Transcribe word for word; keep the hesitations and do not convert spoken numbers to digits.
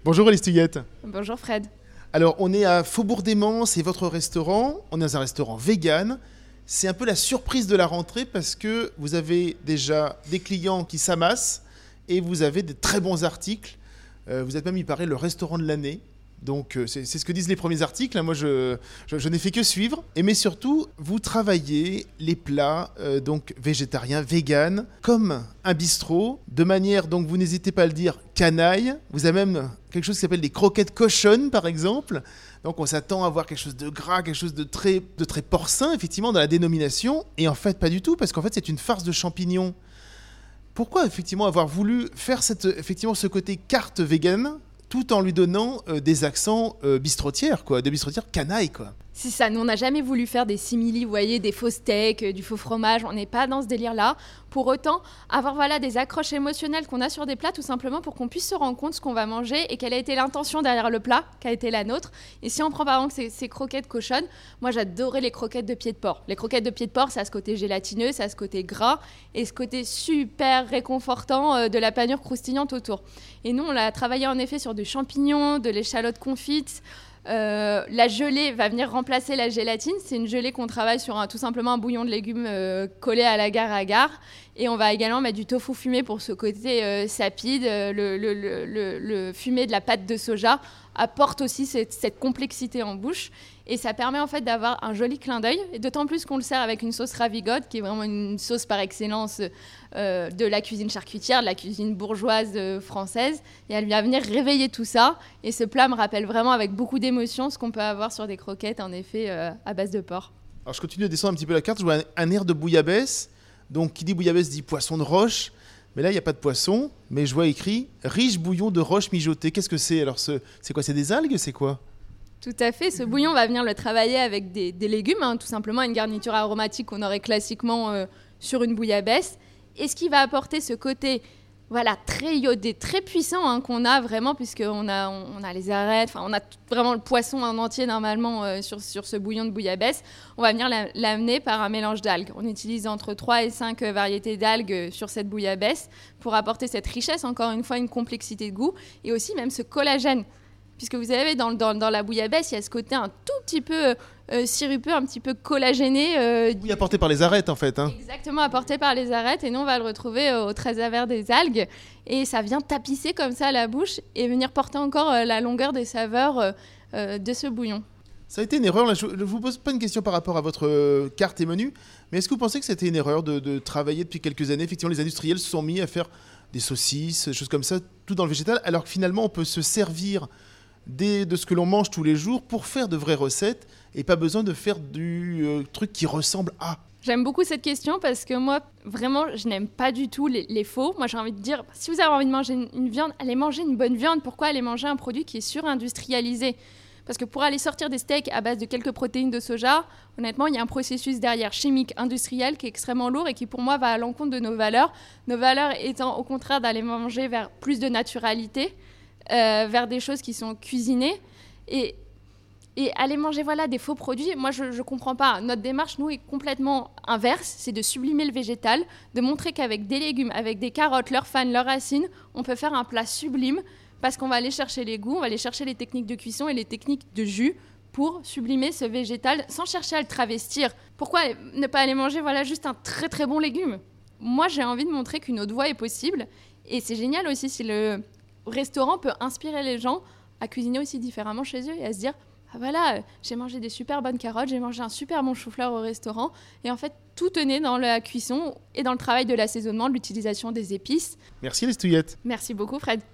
Bonjour Alice Tuyette. Bonjour Fred. Alors on est à Faubourg-d'Aimant, c'est votre restaurant. On est dans un restaurant vegan. C'est un peu la surprise de la rentrée parce que vous avez déjà des clients qui s'amassent et vous avez des très bons articles. Euh, vous êtes même, il paraît, le restaurant de l'année. Donc euh, c'est, c'est ce que disent les premiers articles. Moi, je, je, je n'ai fait que suivre. Et mais surtout, vous travaillez les plats euh, donc végétariens, vegan, comme un bistrot, de manière, donc vous n'hésitez pas à le dire, canaille. Vous avez même quelque chose qui s'appelle des croquettes cochonnes, par exemple. Donc on s'attend à voir quelque chose de gras, quelque chose de très, de très porcin, effectivement, dans la dénomination. Et en fait, pas du tout, parce qu'en fait, c'est une farce de champignons. Pourquoi, effectivement, avoir voulu faire cette, effectivement, ce côté carte vegan tout en lui donnant euh, des accents euh, bistrotières, quoi, de bistrotières canaille, quoi. C'est ça, nous on n'a jamais voulu faire des simili, vous voyez, des faux steaks, euh, du faux fromage, on n'est pas dans ce délire-là. Pour autant, avoir voilà, des accroches émotionnelles qu'on a sur des plats, tout simplement pour qu'on puisse se rendre compte ce qu'on va manger et quelle a été l'intention derrière le plat, quelle a été la nôtre. Et si on prend par exemple ces, ces croquettes cochonnes, moi j'adorais les croquettes de pied de porc. Les croquettes de pied de porc, ça a ce côté gélatineux, ça a ce côté gras et ce côté super réconfortant euh, de la panure croustillante autour. Et nous, on l'a travaillé en effet sur du champignon, de l'échalote confite. Euh, la gelée va venir remplacer la gélatine. C'est une gelée qu'on travaille sur un, tout simplement un bouillon de légumes euh, collé à la gare à gare. Et on va également mettre du tofu fumé pour ce côté euh, sapide. Le, le, le, le, le fumé de la pâte de soja apporte aussi cette, cette complexité en bouche. Et ça permet en fait d'avoir un joli clin d'œil. Et d'autant plus qu'on le sert avec une sauce ravigote, qui est vraiment une sauce par excellence euh, de la cuisine charcutière, de la cuisine bourgeoise euh, française. Et elle vient venir réveiller tout ça. Et ce plat me rappelle vraiment avec beaucoup d'émotion ce qu'on peut avoir sur des croquettes, en effet, euh, à base de porc. Alors je continue à descendre un petit peu la carte. Je vois un, un air de bouillabaisse. Donc qui dit bouillabaisse dit poisson de roche. Mais là, il n'y a pas de poisson. Mais je vois écrit riche bouillon de roche mijotée. Qu'est-ce que c'est alors ce, c'est quoi? C'est des algues? C'est quoi? Tout à fait. Ce bouillon, on va venir le travailler avec des, des légumes, hein, tout simplement une garniture aromatique qu'on aurait classiquement euh, sur une bouillabaisse. Et ce qui va apporter ce côté voilà, très iodé, très puissant hein, qu'on a vraiment, puisqu'on a, on a les arêtes, on a tout, vraiment le poisson en entier normalement euh, sur, sur ce bouillon de bouillabaisse. On va venir la, l'amener par un mélange d'algues. On utilise entre trois et cinq variétés d'algues sur cette bouillabaisse pour apporter cette richesse, encore une fois, une complexité de goût et aussi même ce collagène. Puisque vous avez dans, dans, dans la bouillabaisse, il y a ce côté un tout petit peu euh, sirupeux, un petit peu collagéné. Euh, oui, apporté par les arêtes en fait. Hein. Exactement, apporté par les arêtes. Et nous, on va le retrouver euh, au travers des algues. Et ça vient tapisser comme ça la bouche et venir porter encore euh, la longueur des saveurs euh, euh, de ce bouillon. Ça a été une erreur, là, je ne vous pose pas une question par rapport à votre euh, carte et menu, mais est-ce que vous pensez que c'était une erreur de, de travailler depuis quelques années? Effectivement, les industriels se sont mis à faire des saucisses, des choses comme ça, tout dans le végétal, alors que finalement, on peut se servir Des, de ce que l'on mange tous les jours pour faire de vraies recettes et pas besoin de faire du euh, truc qui ressemble à. J'aime beaucoup cette question parce que moi, vraiment, je n'aime pas du tout les, les faux. Moi, j'ai envie de dire, si vous avez envie de manger une, une viande, allez manger une bonne viande. Pourquoi aller manger un produit qui est surindustrialisé? Parce que pour aller sortir des steaks à base de quelques protéines de soja, honnêtement, il y a un processus derrière chimique, industriel, qui est extrêmement lourd et qui, pour moi, va à l'encontre de nos valeurs. Nos valeurs étant, au contraire, d'aller manger vers plus de naturalité, Euh, vers des choses qui sont cuisinées et, et aller manger voilà, des faux produits. Moi, je ne comprends pas. Notre démarche, nous, est complètement inverse. C'est de sublimer le végétal, de montrer qu'avec des légumes, avec des carottes, leurs fans, leurs racines, on peut faire un plat sublime parce qu'on va aller chercher les goûts, on va aller chercher les techniques de cuisson et les techniques de jus pour sublimer ce végétal sans chercher à le travestir. Pourquoi ne pas aller manger voilà, juste un très très bon légume? Moi, j'ai envie de montrer qu'une autre voie est possible et c'est génial aussi si le restaurant peut inspirer les gens à cuisiner aussi différemment chez eux et à se dire ah voilà, j'ai mangé des super bonnes carottes, j'ai mangé un super bon chou-fleur au restaurant et en fait tout tenait dans la cuisson et dans le travail de l'assaisonnement, de l'utilisation des épices. Merci les Tuyette. Merci beaucoup Fred.